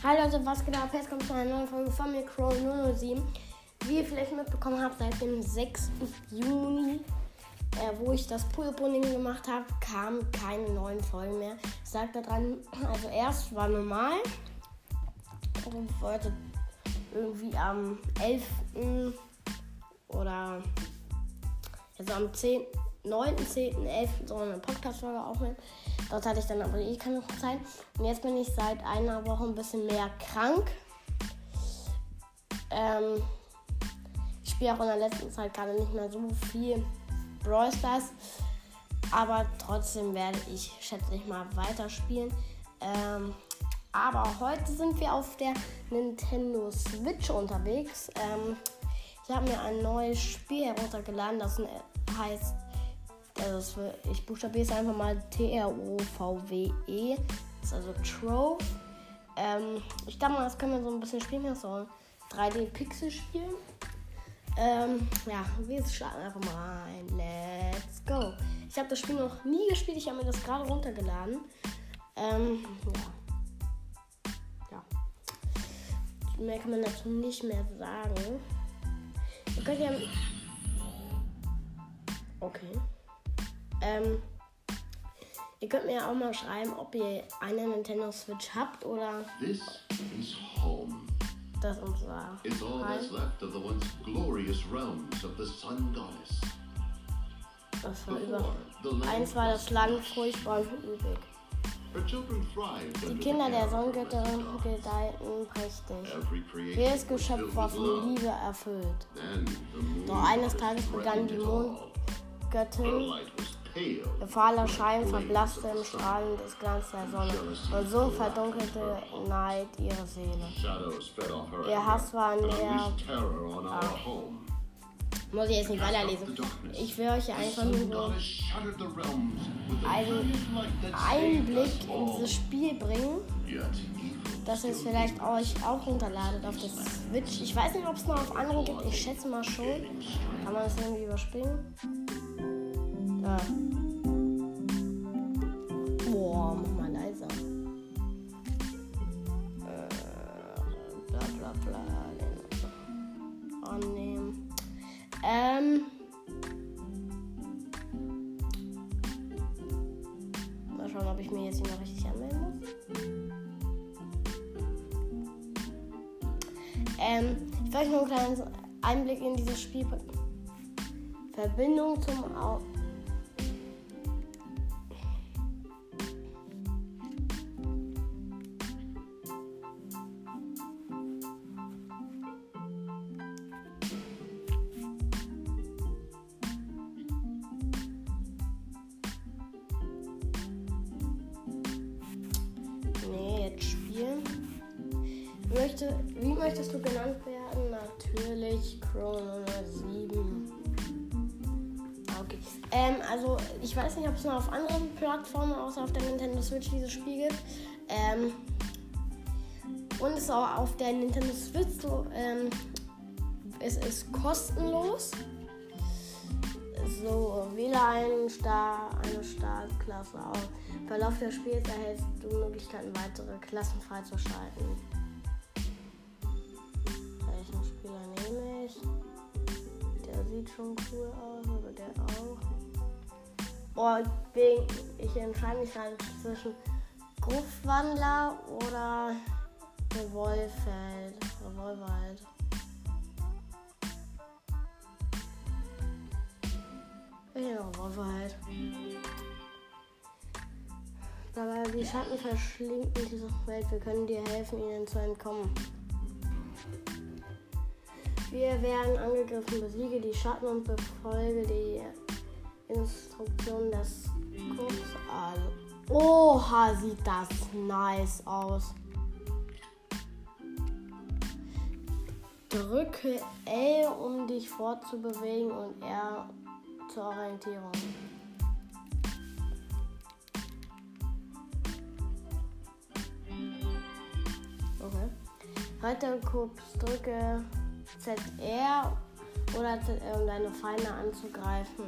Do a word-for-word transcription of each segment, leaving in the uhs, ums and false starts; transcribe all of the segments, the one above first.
Hi Leute, was geht ab? Jetzt kommt zu einer neuen Folge von mir, Crow null null sieben. Wie ihr vielleicht mitbekommen habt, seit dem sechsten Juni, äh, wo ich das Puyo-Pudding gemacht habe, kamen keine neuen Folgen mehr. Ich sag da dran, also erst war normal und wollte irgendwie am elften oder also am zehnten, neunten, zehnten, elften so eine Podcast-Folge aufnehmen. Dort hatte ich dann aber eh keine Zeit. Und jetzt bin ich seit einer Woche ein bisschen mehr krank. Ähm, ich spiele auch in der letzten Zeit gerade nicht mehr so viel Brawl Stars. Aber trotzdem werde ich, schätze ich mal, weiterspielen. Ähm, aber heute sind wir auf der Nintendo Switch unterwegs. Ähm, ich habe mir ein neues Spiel heruntergeladen, das heißt, also ich buchstabiere es einfach mal T R O V W E. Das ist also Trove. Ähm, ich dachte mal, das können wir so ein bisschen spielen. Das ist so ein drei D-Pixel-Spiel. Ähm, ja, wir starten einfach mal rein. Let's go. Ich habe das Spiel noch nie gespielt. Ich habe mir das gerade runtergeladen. Ähm, ja. Ja. Mehr kann man dazu nicht mehr sagen. Ihr könnt ja... Okay. Ähm, ihr könnt mir ja auch mal schreiben, ob ihr eine Nintendo Switch habt oder This is home. Das unser It's all that's left of the once glorious realms of the Sun Goddess. Das war über. Eins war das Land furchtbar und übig. Die Kinder der Sonnengötterin gedeihten prächtig. Jedes Geschöpf war von Liebe erfüllt. Doch eines Tages begann die Mondgöttin. Ihr fahler Schein verblasste im Strahlen des Glanz der Sonne und so verdunkelte Neid ihre Seele. Ihr Hass war in der... Ach, muss ich jetzt nicht weiterlesen. Ich will euch einfach nur so einen Einblick in dieses Spiel bringen, dass ihr es vielleicht euch auch runterladet auf der Switch. Ich weiß nicht, ob es noch auf anderen gibt. Ich schätze mal schon. Kann man das irgendwie überspringen? Ja. Boah, mach mal leiser. Äh, bla bla bla. Annehmen. Ähm. Mal schauen, ob ich mir jetzt hier noch richtig anmelden muss. Ähm, ich will euch nur einen kleinen Einblick in dieses Spiel bringen. Verbindung zum Au- Möchte, wie möchtest du genannt werden? Natürlich Crow null null sieben. Okay. Ähm, also ich weiß nicht, ob es noch auf anderen Plattformen außer auf der Nintendo Switch dieses Spiel gibt. Ähm, und es ist auch auf der Nintendo Switch so, ähm, es ist kostenlos. So, wähle einen Star, eine Startklasse auf. Im Verlauf des Spiels erhältst du Möglichkeiten, weitere Klassen freizuschalten. Welchen Spieler nehme ich? Der sieht schon cool aus, oder der auch? Boah, ich entscheide mich dann zwischen Gruftwandler oder Revolverheld. Revolverheld. Ich nehme Revolverheld. Aber die Schatten verschlingen diese Welt. Wir können dir helfen, ihnen zu entkommen. Wir werden angegriffen, besiege die Schatten und befolge die Instruktionen des Kurs. Also, oha, sieht das nice aus. Drücke L, um dich fortzubewegen, und R zur Orientierung. Okay. Heute Kurs, drücke Z R oder Z R, um deine Feinde anzugreifen.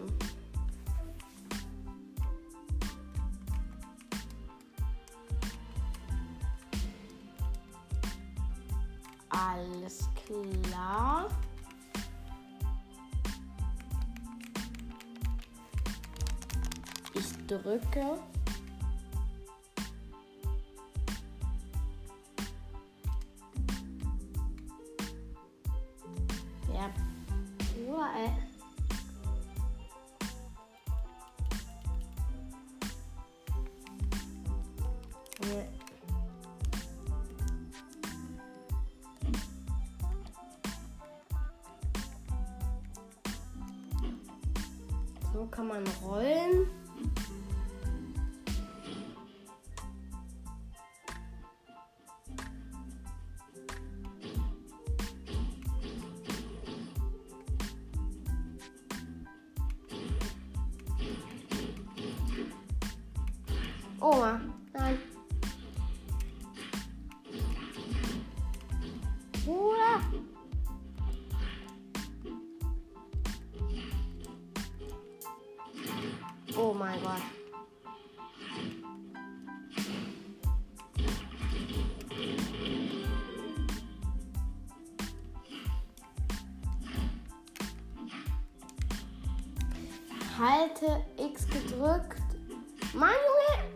Alles klar. Ich drücke. Ja. Uah, ey. Nee. So kann man rollen. Oma, nein. Bruder. Oh mein Gott. Halte X gedrückt. Mann, Junge.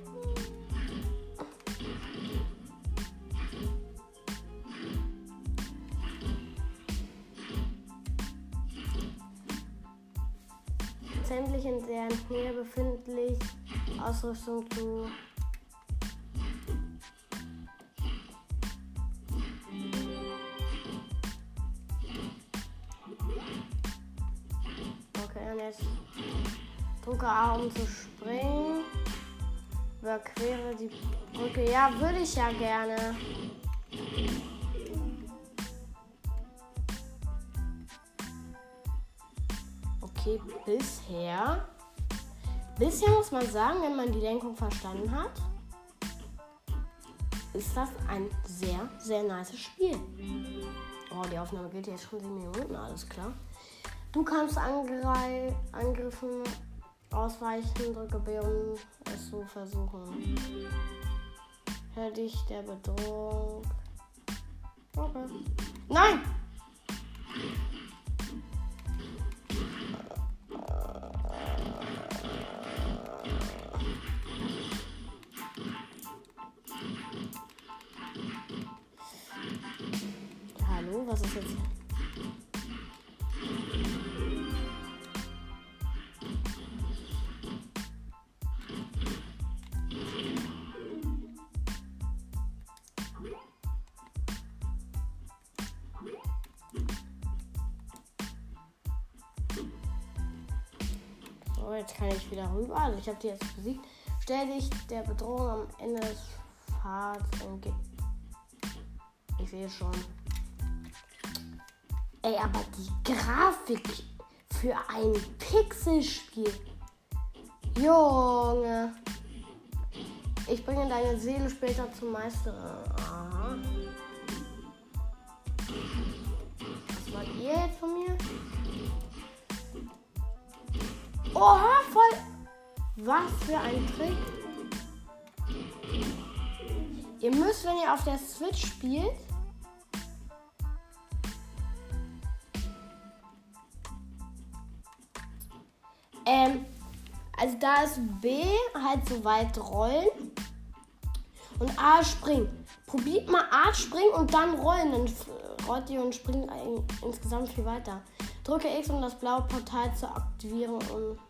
Sämtlich in deren Nähe befindlich Ausrüstung zu okay, und jetzt drücke A, um zu springen. Überquere die Brücke. Ja, würde ich ja gerne. Okay, bisher. Bisher muss man sagen, wenn man die Lenkung verstanden hat, ist das ein sehr, sehr nices Spiel. Oh, die Aufnahme geht jetzt schon sieben Minuten, alles klar. Du kannst Angre- Angriffen ausweichen, drücke B, um es zu versuchen. Hör dich der Bedrohung. Okay. Nein! Hallo, was ist jetzt? So, jetzt kann ich wieder rüber. Also ich habe die jetzt besiegt. Stell dich der Bedrohung am Ende des Pfads entgegen. Ich sehe schon. Ey, aber die Grafik für ein Pixelspiel. Junge. Ich bringe deine Seele später zum Meister. Aha. Was wollt ihr jetzt von mir? Oha, voll. Was für ein Trick. Ihr müsst, wenn ihr auf der Switch spielt, ähm, also da ist B halt so weit rollen und A springen. Probiert mal A springen und dann rollen, dann rollt ihr und springt insgesamt viel weiter. Drücke X, um das blaue Portal zu aktivieren und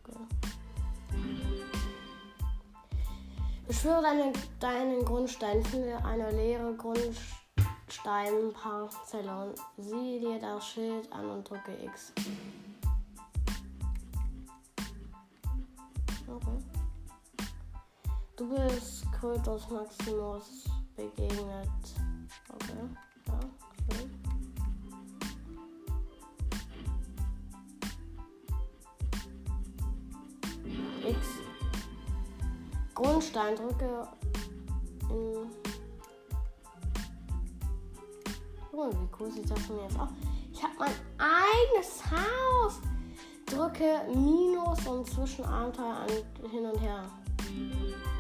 beschwöre deine, deinen Grundstein, finde eine leere Grundsteinparzelle und sieh dir das Schild an und drücke X. Okay. Du bist Kultus Maximus begegnet. Okay, ja, schön. X. Grundstein, drücke in. Oh, wie cool sieht das denn jetzt aus? Ich habe mein eigenes Haus. Drücke Minus und zwischen Abenteuer an, hin und her.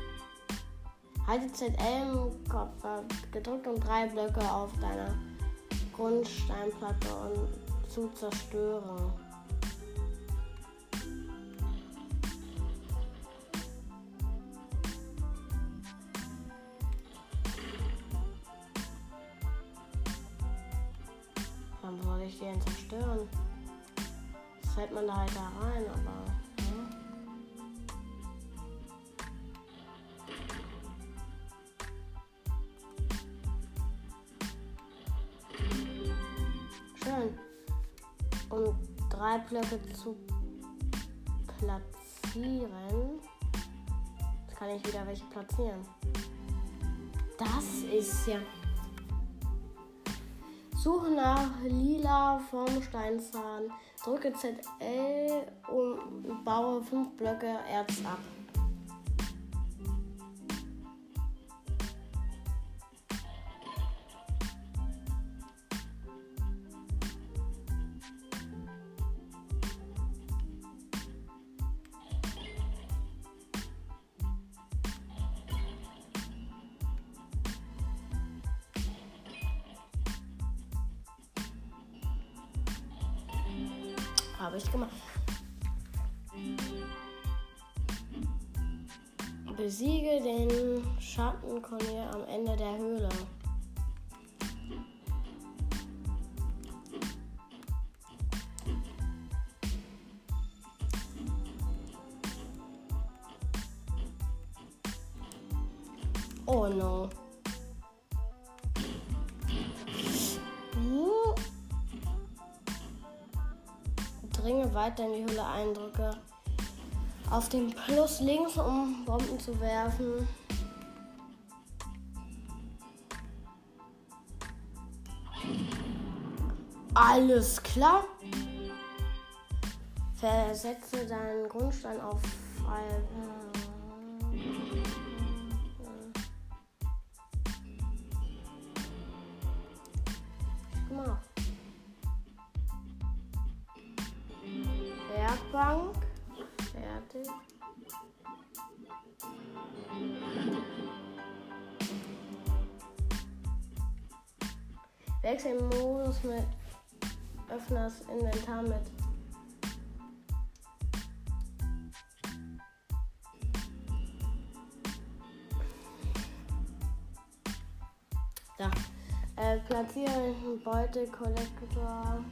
Halte Z L im Kopf gedrückt und drei Blöcke auf deiner Grundsteinplatte und zu zerstören. Warum soll ich den zerstören? Das fällt man da halt da rein, aber... Ja. Schön. Um drei Blöcke zu platzieren. Jetzt kann ich wieder welche platzieren. Das ist ja... Suche nach Lila vom Steinzahn. Drücke Z L und baue fünf Blöcke Erz ab. Habe ich gemacht. Besiege den Schattenkonier am Ende der Höhle. Oh no. Dringe weiter in die Höhle ein, drücke auf den Plus links, um Bomben zu werfen. Alles klar. Versetze deinen Grundstein auf Fall. Gemacht. Werkbank. Fertig. Wechsel im Modus mit Öffne das Inventar mit. Da. Äh, platziere einen Beutekollektor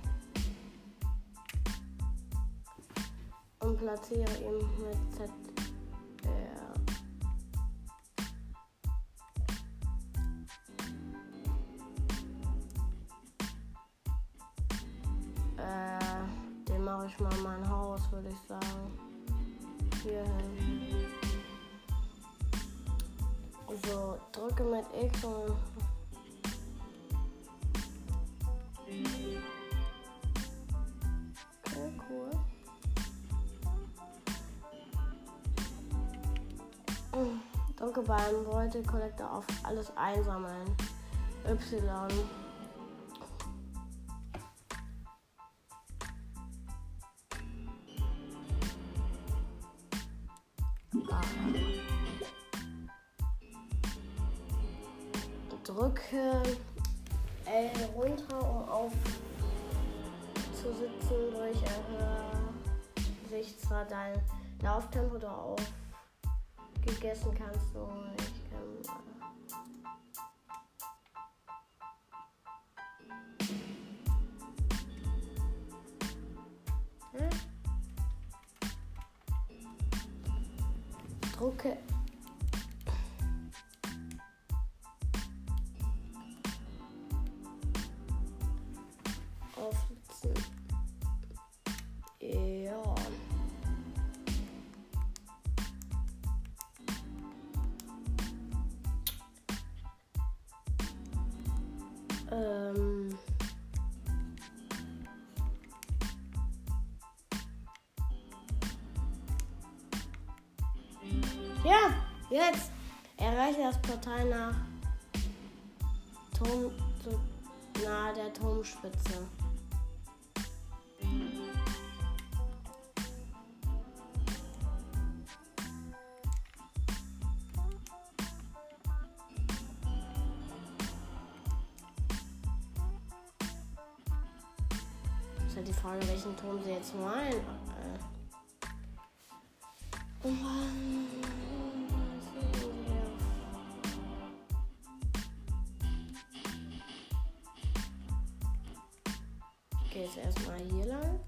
und platziere ihn mit Z R. Äh, den mache ich mal in mein Haus, würde ich sagen. Hier hin. So, drücke mit X und okay, cool. Drücke beim Beutekollektor auf alles einsammeln. Y. Ah. Drücke L runter, um auf zu sitzen. Durch erhöhe sich zwar dein Lauftempo, oder auf gegessen kannst du nicht. Hm? Drucke aufsitzen. Ja. Ähm. Ja, jetzt erreiche das Portal nach Turm zu nahe der Turmspitze. die Frage, welchen Turm sie jetzt meinen. Äh. Und okay, jetzt erstmal hier lang.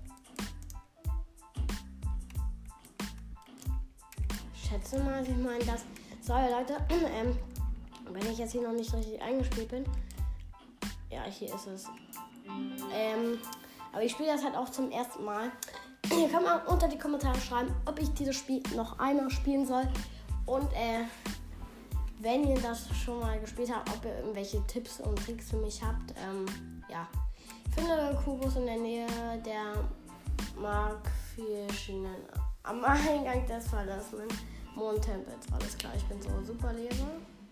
Ich schätze mal, ich meine das. So, Leute, ähm, wenn ich jetzt hier noch nicht richtig eingespielt bin. Ja, hier ist es. Ähm, aber ich spiele das halt auch zum ersten Mal. Ihr könnt mal unter die Kommentare schreiben, ob ich dieses Spiel noch einmal spielen soll. Und äh, wenn ihr das schon mal gespielt habt, ob ihr irgendwelche Tipps und Tricks für mich habt. Ähm, ja. Ich finde Kubus in der Nähe der Mark-vier-Schienen am Eingang des verlassenen Mondtempels. Alles klar, ich bin so super Lehrer.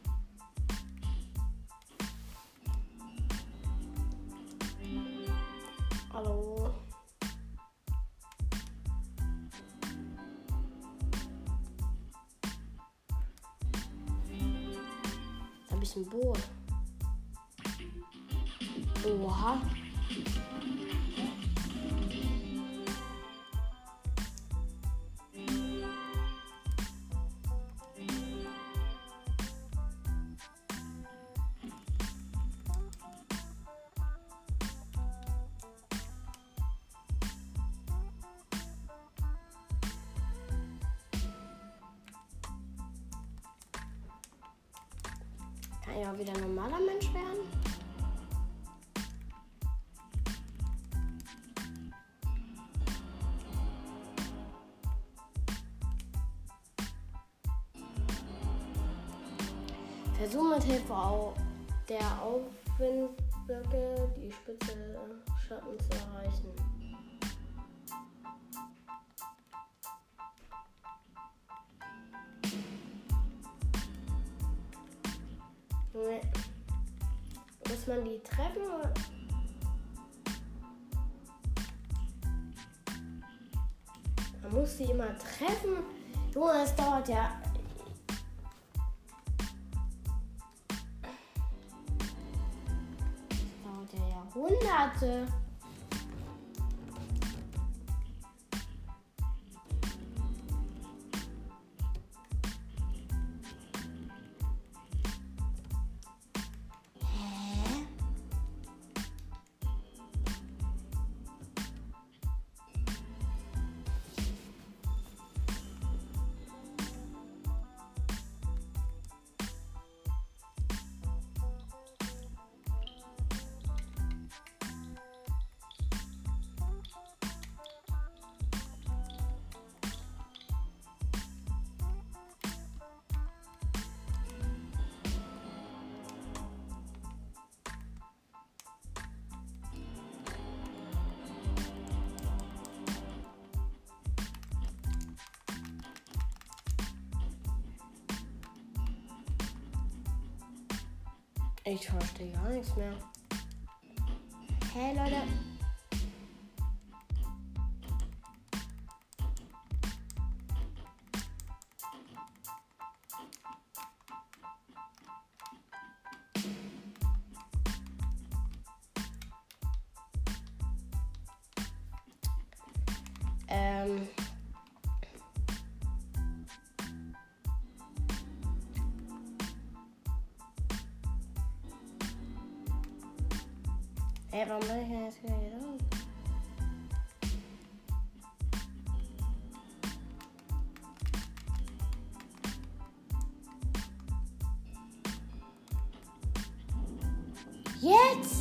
Hallo. Da habe ich ein Boot. Oha. Kann ich auch wieder ein normaler Mensch werden? Versuche mit Hilfe auch der Aufwindblöcke die Spitze Schatten zu erreichen. Junge, muss man die treffen oder? Man muss sie immer treffen. Junge, es dauert ja. Hunderte. Hä? Ich verstehe gar nichts mehr. Hey Leute. Ähm. Ey, warum bin ich denn jetzt wieder hier raus? Jetzt!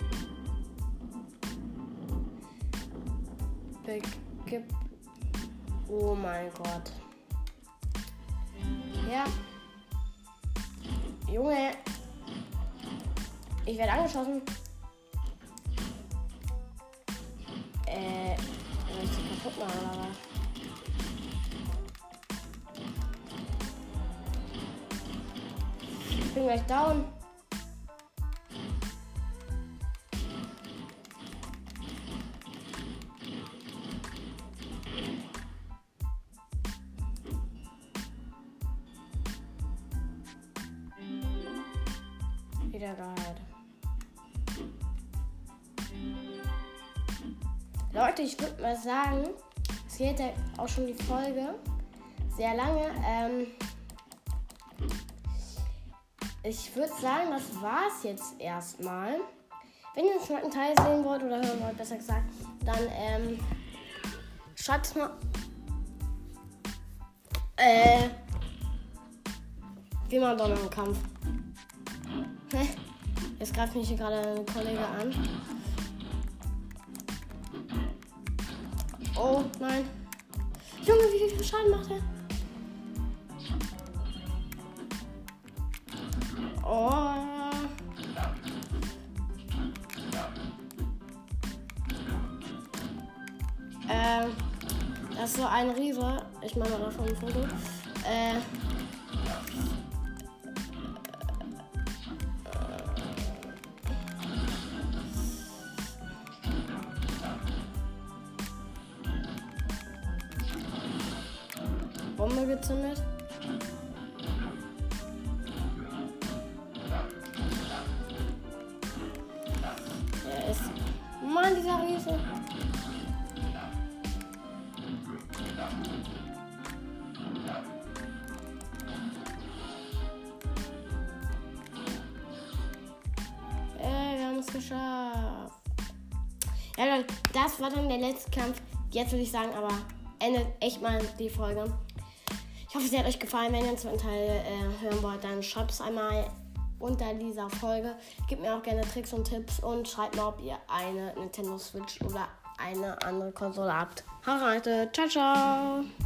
Begib. Oh mein Gott. Ja. Junge. Ich werde angeschossen. Äh, soll ich sie kaputt machen oder was? Ich bin gleich down. Wieder geheilt. Leute, ich würde mal sagen, es geht ja auch schon die Folge sehr lange. Ähm, ich würde sagen, das war's jetzt erstmal. Wenn ihr den zweiten Teil sehen wollt oder hören wollt, besser gesagt, dann ähm, schreibt es mal. Äh, wir machen doch noch einen Kampf. Jetzt greift mich hier gerade ein Kollege an. Oh nein. Junge, wie viel Schaden macht er? Oh. Ähm, das ist so ein Riese. Ich mache mal davon ein Foto. Äh. Bombe gezündet. Er ist. Mann, dieser Riese. Äh, wir haben es geschafft. Ja, dann, das war dann der letzte Kampf. Jetzt würde ich sagen, aber endet echt mal die Folge. Ich hoffe, es hat euch gefallen. Wenn ihr den zweiten Teil äh, hören wollt, dann schreibt es einmal unter dieser Folge. Gebt mir auch gerne Tricks und Tipps und schreibt mal, ob ihr eine Nintendo Switch oder eine andere Konsole habt. Haut rein, ciao, ciao!